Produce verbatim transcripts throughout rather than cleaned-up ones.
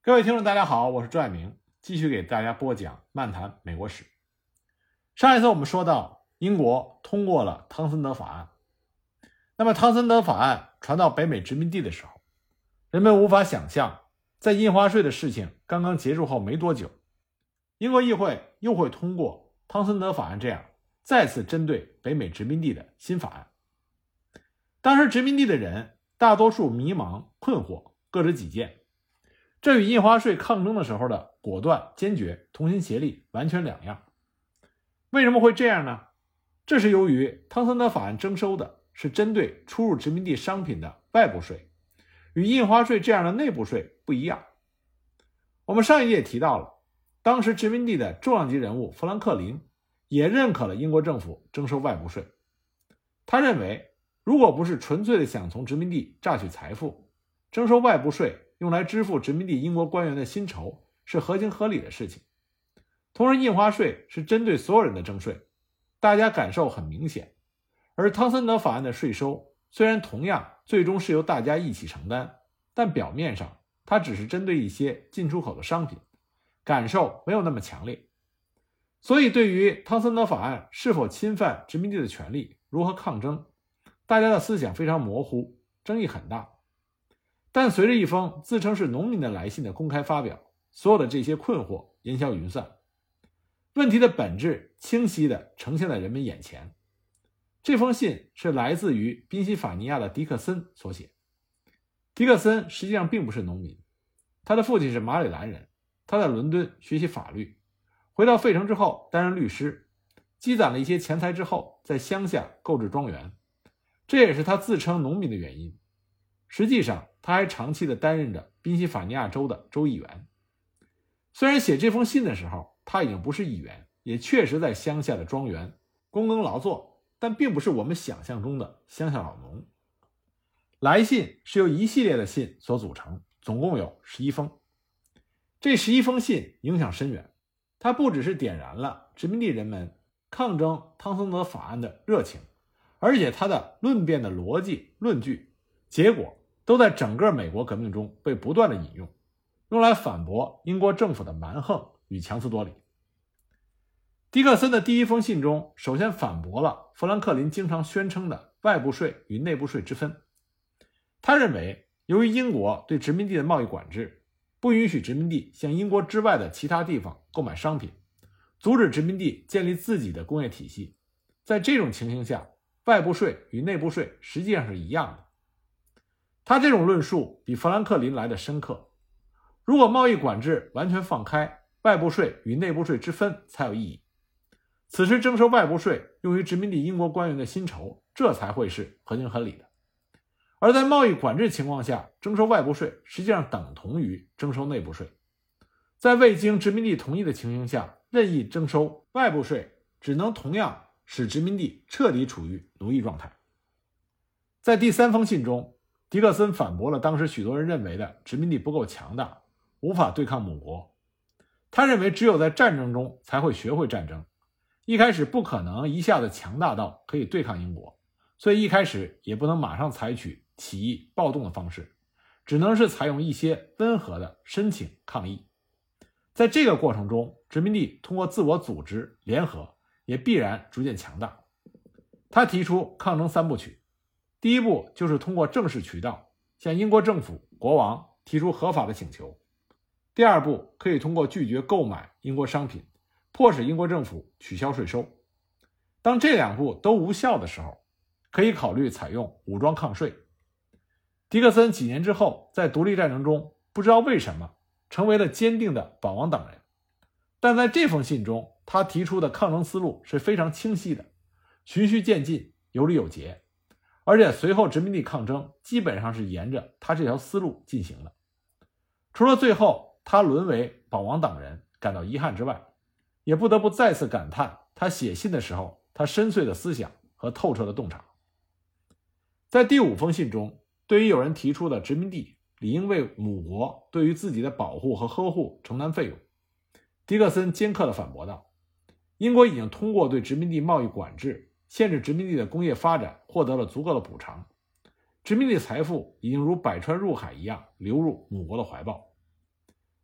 各位听众大家好，我是朱爱明，继续给大家播讲漫谈美国史。上一次我们说到英国通过了汤森德法案，那么汤森德法案传到北美殖民地的时候，人们无法想象在印花税的事情刚刚结束后没多久，英国议会又会通过汤森德法案这样再次针对北美殖民地的新法案。当时殖民地的人大多数迷茫困惑，各执己见，这与印花税抗争的时候的果断坚决同心协力完全两样。为什么会这样呢？这是由于汤森德法案征收的是针对出入殖民地商品的外部税，与印花税这样的内部税不一样。我们上一页提到了，当时殖民地的重量级人物富兰克林也认可了英国政府征收外部税。他认为，如果不是纯粹的想从殖民地榨取财富，征收外部税用来支付殖民地英国官员的薪酬是合情合理的事情。同时印花税是针对所有人的征税，大家感受很明显。而汤森德法案的税收虽然同样最终是由大家一起承担，但表面上它只是针对一些进出口的商品，感受没有那么强烈。所以对于汤森德法案是否侵犯殖民地的权利，如何抗争，大家的思想非常模糊，争议很大。但随着一封自称是农民的来信的公开发表，所有的这些困惑烟消云散，问题的本质清晰地呈现在人们眼前。这封信是来自于宾夕法尼亚的迪克森所写。迪克森实际上并不是农民，他的父亲是马里兰人，他在伦敦学习法律，回到费城之后担任律师，积攒了一些钱财之后在乡下购置庄园，这也是他自称农民的原因。实际上他还长期地担任着宾夕法尼亚州的州议员。虽然写这封信的时候他已经不是议员，也确实在乡下的庄园躬耕劳作，但并不是我们想象中的乡下老农。来信是由一系列的信所组成，总共有十一封。这十一封信影响深远，它不只是点燃了殖民地人们抗争汤森德法案的热情，而且它的论辩的逻辑论据结果都在整个美国革命中被不断的引用，用来反驳英国政府的蛮横与强词夺理。迪克森的第一封信中首先反驳了富兰克林经常宣称的外部税与内部税之分。他认为，由于英国对殖民地的贸易管制，不允许殖民地向英国之外的其他地方购买商品，阻止殖民地建立自己的工业体系，在这种情形下，外部税与内部税实际上是一样的。他这种论述比富兰克林来的深刻。如果贸易管制完全放开，外部税与内部税之分才有意义。此时征收外部税用于殖民地英国官员的薪酬，这才会是合情合理的。而在贸易管制情况下，征收外部税实际上等同于征收内部税。在未经殖民地同意的情形下，任意征收外部税只能同样使殖民地彻底处于奴役状态。在第三封信中，迪克森反驳了当时许多人认为的殖民地不够强大，无法对抗母国。他认为只有在战争中才会学会战争，一开始不可能一下子强大到可以对抗英国，所以一开始也不能马上采取起义暴动的方式，只能是采用一些温和的申请抗议。在这个过程中，殖民地通过自我组织联合也必然逐渐强大。他提出抗争三部曲，第一步就是通过正式渠道向英国政府国王提出合法的请求，第二步可以通过拒绝购买英国商品迫使英国政府取消税收。当这两步都无效的时候，可以考虑采用武装抗税。迪克森几年之后在独立战争中不知道为什么成为了坚定的保王党人，但在这封信中他提出的抗争思路是非常清晰的，循序渐进，有理有节，而且随后殖民地抗争基本上是沿着他这条思路进行的。除了最后他沦为保王党人感到遗憾之外，也不得不再次感叹他写信的时候他深邃的思想和透彻的洞察。在第五封信中，对于有人提出的殖民地理应为母国对于自己的保护和呵护承担费用，迪克森尖刻地反驳道，英国已经通过对殖民地贸易管制限制殖民地的工业发展获得了足够的补偿，殖民地财富已经如百川入海一样流入母国的怀抱。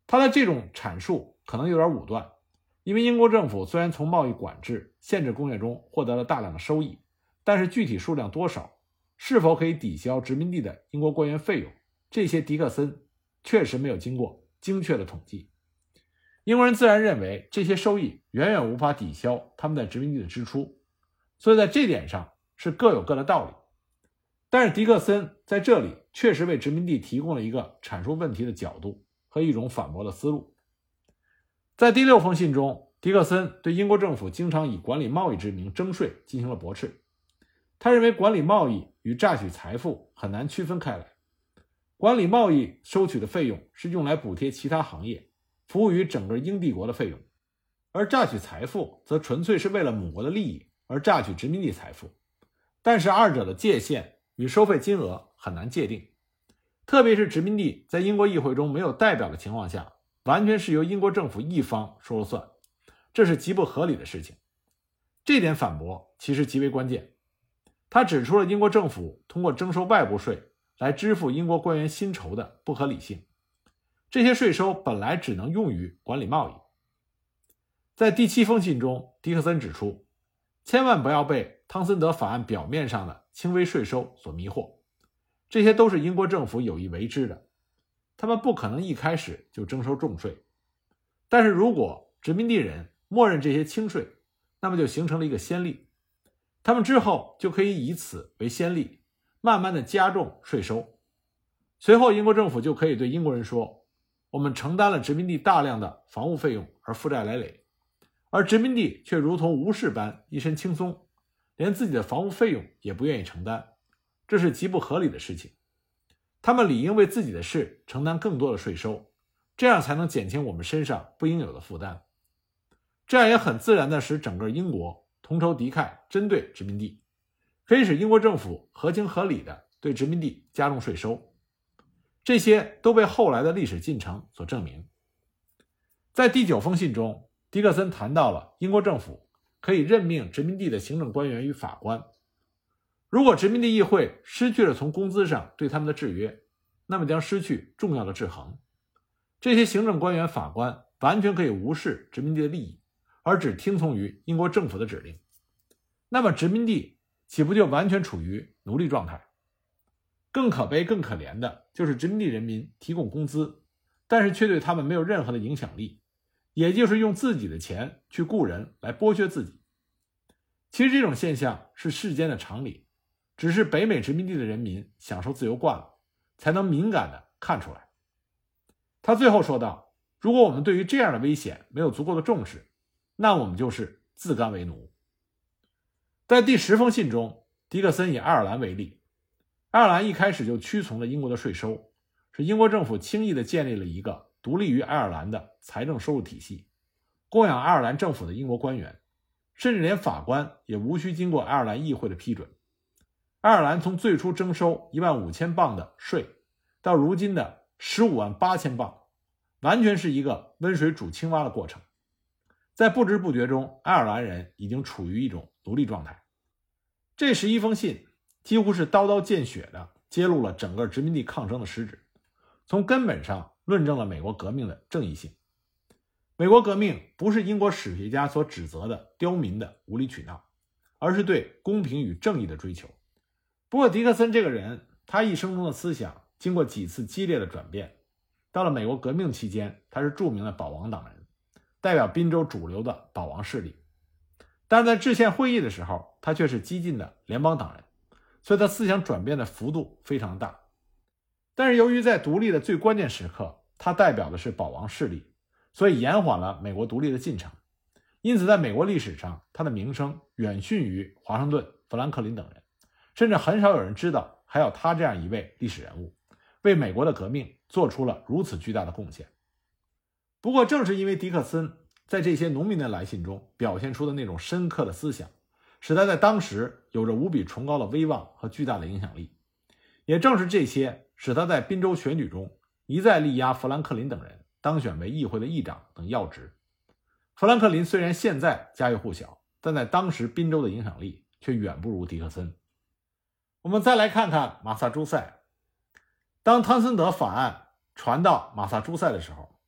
他的这种阐述可能有点武断，因为英国政府虽然从贸易管制、限制工业中获得了大量的收益，但是具体数量多少，是否可以抵消殖民地的英国官员费用，这些迪克森确实没有经过精确的统计。英国人自然认为这些收益远远无法抵消他们在殖民地的支出，所以在这点上是各有各的道理。但是迪克森在这里确实为殖民地提供了一个阐述问题的角度和一种反驳的思路。在第六封信中，迪克森对英国政府经常以管理贸易之名征税进行了驳斥。他认为管理贸易与榨取财富很难区分开来，管理贸易收取的费用是用来补贴其他行业，服务于整个英帝国的费用，而榨取财富则纯粹是为了母国的利益而榨取殖民地财富。但是二者的界限与收费金额很难界定，特别是殖民地在英国议会中没有代表的情况下，完全是由英国政府一方说了算，这是极不合理的事情。这点反驳其实极为关键，他指出了英国政府通过征收外部税来支付英国官员薪酬的不合理性，这些税收本来只能用于管理贸易。在第七封信中，迪克森指出，千万不要被汤森德法案表面上的轻微税收所迷惑，这些都是英国政府有意为之的，他们不可能一开始就征收重税。但是如果殖民地人默认这些轻税，那么就形成了一个先例，他们之后就可以以此为先例，慢慢的加重税收。随后英国政府就可以对英国人说，我们承担了殖民地大量的房屋费用而负债累累，而殖民地却如同无事般一身轻松，连自己的房屋费用也不愿意承担，这是极不合理的事情。他们理应为自己的事承担更多的税收，这样才能减轻我们身上不应有的负担。这样也很自然地使整个英国同仇敌忾，针对殖民地，可以使英国政府合情合理地对殖民地加重税收。这些都被后来的历史进程所证明。在第九封信中，迪克森谈到了英国政府可以任命殖民地的行政官员与法官。如果殖民地议会失去了从工资上对他们的制约，那么将失去重要的制衡。这些行政官员、法官完全可以无视殖民地的利益，而只听从于英国政府的指令，那么殖民地岂不就完全处于奴隶状态？更可悲更可怜的就是殖民地人民提供工资，但是却对他们没有任何的影响力，也就是用自己的钱去雇人来剥削自己。其实这种现象是世间的常理，只是北美殖民地的人民享受自由惯了，才能敏感地看出来。他最后说道，如果我们对于这样的危险没有足够的重视，那我们就是自甘为奴。在第十封信中，迪克森以爱尔兰为例，爱尔兰一开始就屈从了英国的税收，是英国政府轻易地建立了一个独立于爱尔兰的财政收入体系，供养爱尔兰政府的英国官员，甚至连法官也无需经过爱尔兰议会的批准。爱尔兰从最初征收一万五千镑的税，到如今的十五万八千镑，完全是一个温水煮青蛙的过程。在不知不觉中，爱尔兰人已经处于一种奴隶状态。这十一封信几乎是刀刀见血地揭露了整个殖民地抗争的实质，从根本上论证了美国革命的正义性。美国革命不是英国史学家所指责的刁民的无理取闹，而是对公平与正义的追求。不过迪克森这个人，他一生中的思想经过几次激烈的转变，到了美国革命期间，他是著名的保王党人，代表宾州主流的保王势力。但是在制宪会议的时候，他却是激进的联邦党人，所以他思想转变的幅度非常大。但是由于在独立的最关键时刻，他代表的是保王势力，所以延缓了美国独立的进程。因此在美国历史上，他的名声远逊于华盛顿、富兰克林等人，甚至很少有人知道还有他这样一位历史人物，为美国的革命做出了如此巨大的贡献。不过正是因为迪克森在这些农民的来信中表现出的那种深刻的思想，使他在当时有着无比崇高的威望和巨大的影响力。也正是这些使他在宾州选举中一再力压富兰克林等人，当选为议会的议长等要职。富兰克林虽然现在家喻户晓，但在当时宾州的影响力却远不如迪克森。我们再来看看马萨诸塞。当汤森德法案传到马萨诸塞的时候，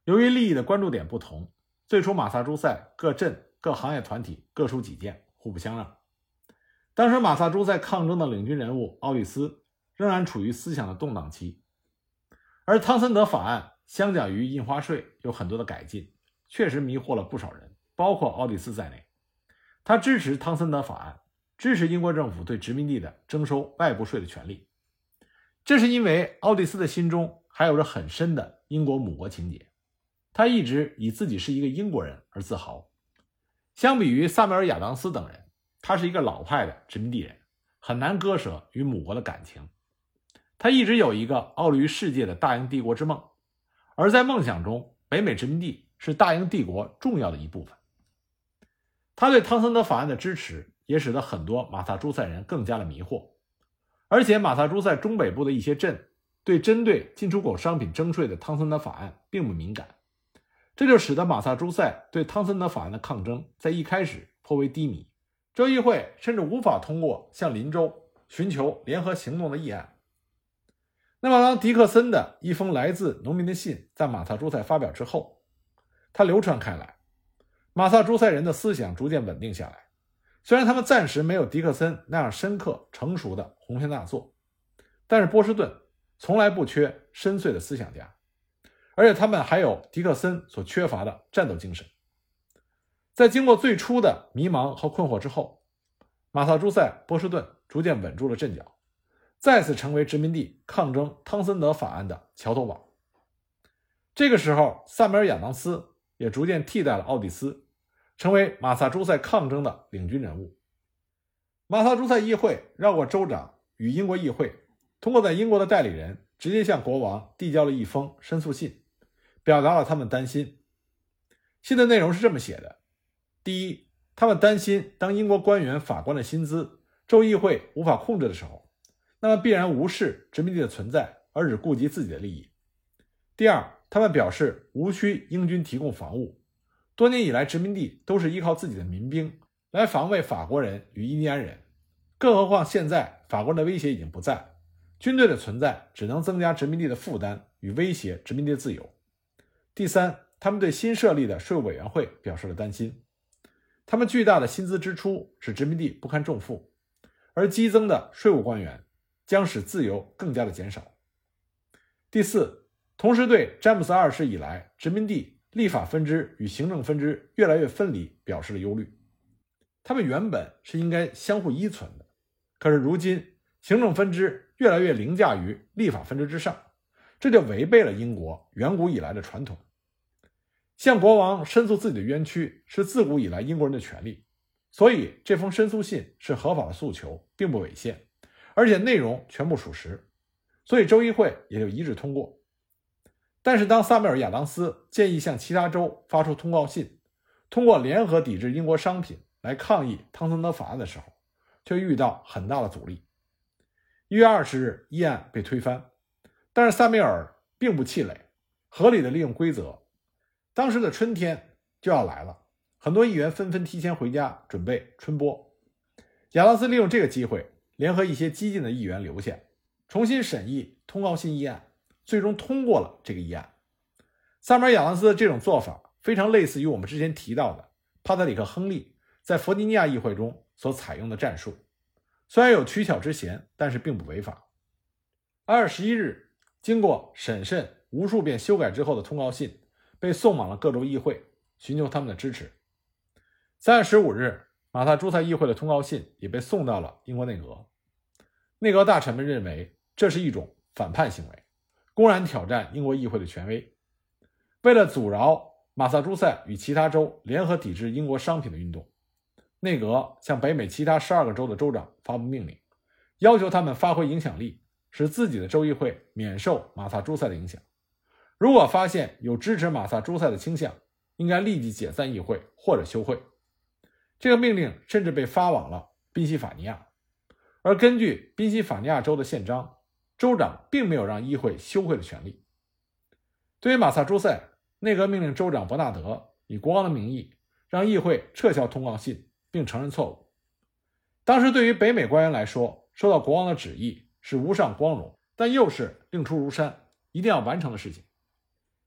由于利益的关注点不同，最初马萨诸塞各镇各行业团体各抒己见，互不相让。当时马萨诸塞抗争的领军人物奥利斯仍然处于思想的动荡期，而汤森德法案相较于印花税有很多的改进，确实迷惑了不少人，包括奥利斯在内。他支持汤森德法案，支持英国政府对殖民地的征收外部税的权利。这是因为奥利斯的心中还有着很深的英国母国情结，他一直以自己是一个英国人而自豪。相比于萨缪尔·亚当斯等人，他是一个老派的殖民地人，很难割舍与母国的感情。他一直有一个傲立于世界的大英帝国之梦，而在梦想中，北美殖民地是大英帝国重要的一部分。他对汤森德法案的支持也使得很多马萨诸塞人更加的迷惑，而且马萨诸塞中北部的一些镇对针对进出口商品征税的汤森德法案并不敏感，这就使得马萨诸塞对汤森德法案的抗争在一开始颇为低迷，州议会甚至无法通过向邻州寻求联合行动的议案。那么当迪克森的一封来自农民的信在马萨诸塞发表之后，它流传开来，马萨诸塞人的思想逐渐稳定下来。虽然他们暂时没有迪克森那样深刻成熟的宏篇大作，但是波士顿从来不缺深邃的思想家，而且他们还有迪克森所缺乏的战斗精神。在经过最初的迷茫和困惑之后，马萨诸塞、波士顿逐渐稳住了阵脚，再次成为殖民地抗争汤森德法案的桥头堡。这个时候，萨缪尔·亚当斯也逐渐替代了奥蒂斯，成为马萨诸塞抗争的领军人物。马萨诸塞议会绕过州长与英国议会，通过在英国的代理人直接向国王递交了一封申诉信，表达了他们担心。信的内容是这么写的：第一，他们担心当英国官员、法官的薪资州议会无法控制的时候，那么必然无视殖民地的存在，而只顾及自己的利益。第二，他们表示无需英军提供防务，多年以来殖民地都是依靠自己的民兵来防卫法国人与印第安人，更何况现在法国人的威胁已经不在，军队的存在只能增加殖民地的负担与威胁殖民地的自由。第三，他们对新设立的税务委员会表示了担心，他们巨大的薪资支出使殖民地不堪重负，而激增的税务官员将使自由更加的减少。第四，同时对詹姆斯二世以来殖民地立法分支与行政分支越来越分离表示了忧虑。他们原本是应该相互依存的，可是如今行政分支越来越凌驾于立法分支之上，这就违背了英国远古以来的传统。向国王申诉自己的冤屈是自古以来英国人的权利，所以这封申诉信是合法的诉求，并不违宪，而且内容全部属实，所以州议会也就一致通过。但是当萨缪尔·亚当斯建议向其他州发出通告信，通过联合抵制英国商品来抗议汤森德法案的时候，却遇到很大的阻力。一月二十日，议案被推翻，但是萨缪尔并不气馁，合理的利用规则。当时的春天就要来了，很多议员纷纷提前回家准备春播。亚当斯利用这个机会，联合一些激进的议员留下，重新审议通告信议案，最终通过了这个议案。萨缪尔·亚当斯的这种做法非常类似于我们之前提到的帕特里克·亨利在弗吉尼亚议会中所采用的战术，虽然有取巧之嫌，但是并不违法。二月十一日，经过审慎无数遍修改之后的通告信被送往了各州议会，寻求他们的支持。三月十五日，马萨诸塞议会的通告信也被送到了英国内阁。内阁大臣们认为这是一种反叛行为，公然挑战英国议会的权威。为了阻挠马萨诸塞与其他州联合抵制英国商品的运动，内阁向北美其他十二个州的州长发布命令，要求他们发挥影响力，使自己的州议会免受马萨诸塞的影响。如果发现有支持马萨诸塞的倾向，应该立即解散议会或者休会。这个命令甚至被发往了宾夕法尼亚，而根据宾夕法尼亚州的宪章，州长并没有让议会休会的权利。对于马萨诸塞，内阁命令州长伯纳德以国王的名义让议会撤销通告信，并承认错误。当时对于北美官员来说，受到国王的旨意是无上光荣，但又是令出如山，一定要完成的事情。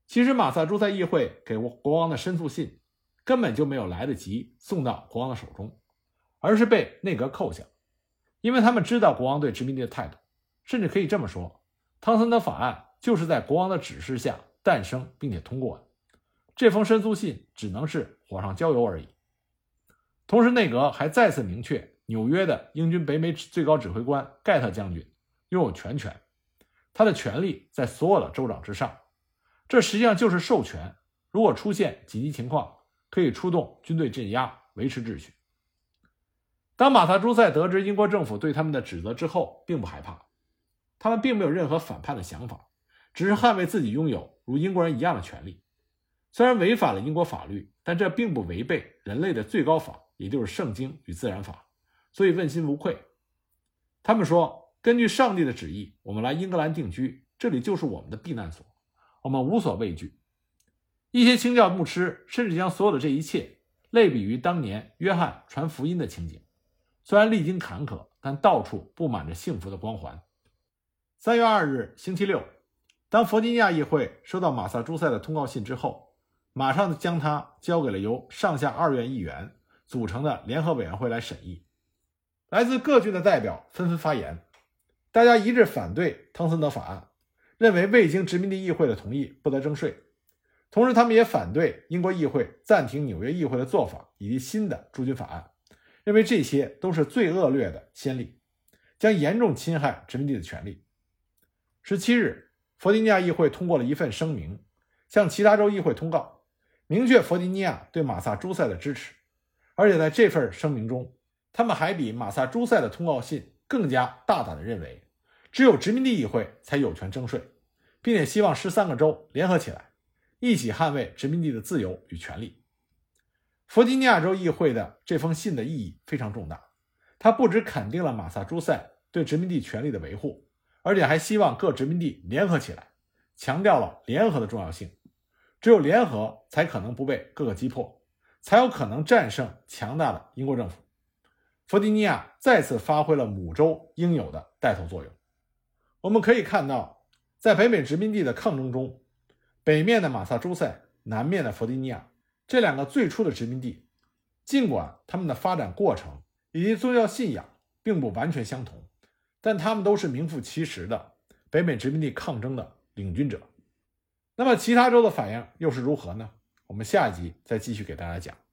其实马萨诸塞议会给国王的申诉信根本就没有来得及送到国王的手中，而是被内阁扣下，因为他们知道国王对殖民地的态度，甚至可以这么说，汤森德法案就是在国王的指示下诞生并且通过的。这封申诉信只能是火上浇油而已。同时内阁还再次明确，纽约的英军北美最高指挥官盖特将军拥有全权，他的权力在所有的州长之上，这实际上就是授权，如果出现紧急情况，可以出动军队镇压，维持秩序。当马萨诸塞得知英国政府对他们的指责之后，并不害怕，他们并没有任何反叛的想法，只是捍卫自己拥有如英国人一样的权利。虽然违反了英国法律，但这并不违背人类的最高法，也就是圣经与自然法，所以问心无愧。他们说，根据上帝的旨意，我们来英格兰定居，这里就是我们的避难所，我们无所畏惧。一些清教牧师甚至将所有的这一切类比于当年约翰传福音的情景，虽然历经坎坷，但到处布满着幸福的光环。三月二日星期六，当弗吉尼亚议会收到马萨诸塞的通告信之后，马上将它交给了由上下二院议员组成的联合委员会来审议。来自各郡的代表纷纷发言，大家一致反对汤森德法案，认为未经殖民地议会的同意不得征税。同时他们也反对英国议会暂停纽约议会的做法以及新的驻军法案，认为这些都是最恶劣的先例，将严重侵害殖民地的权利。十七日，弗吉尼亚议会通过了一份声明，向其他州议会通告，明确弗吉尼亚对马萨诸塞的支持。而且在这份声明中，他们还比马萨诸塞的通告信更加大胆地认为，只有殖民地议会才有权征税，并且希望十三个州联合起来，一起捍卫殖民地的自由与权利。弗吉尼亚州议会的这封信的意义非常重大，它不只肯定了马萨诸塞对殖民地权利的维护，而且还希望各殖民地联合起来，强调了联合的重要性。只有联合才可能不被各个击破，才有可能战胜强大的英国政府。弗吉尼亚再次发挥了母州应有的带头作用。我们可以看到，在北美殖民地的抗争中，北面的马萨诸塞，南面的弗吉尼亚，这两个最初的殖民地，尽管他们的发展过程以及宗教信仰并不完全相同，但他们都是名副其实的北美殖民地抗争的领军者。那么其他州的反应又是如何呢？我们下一集再继续给大家讲。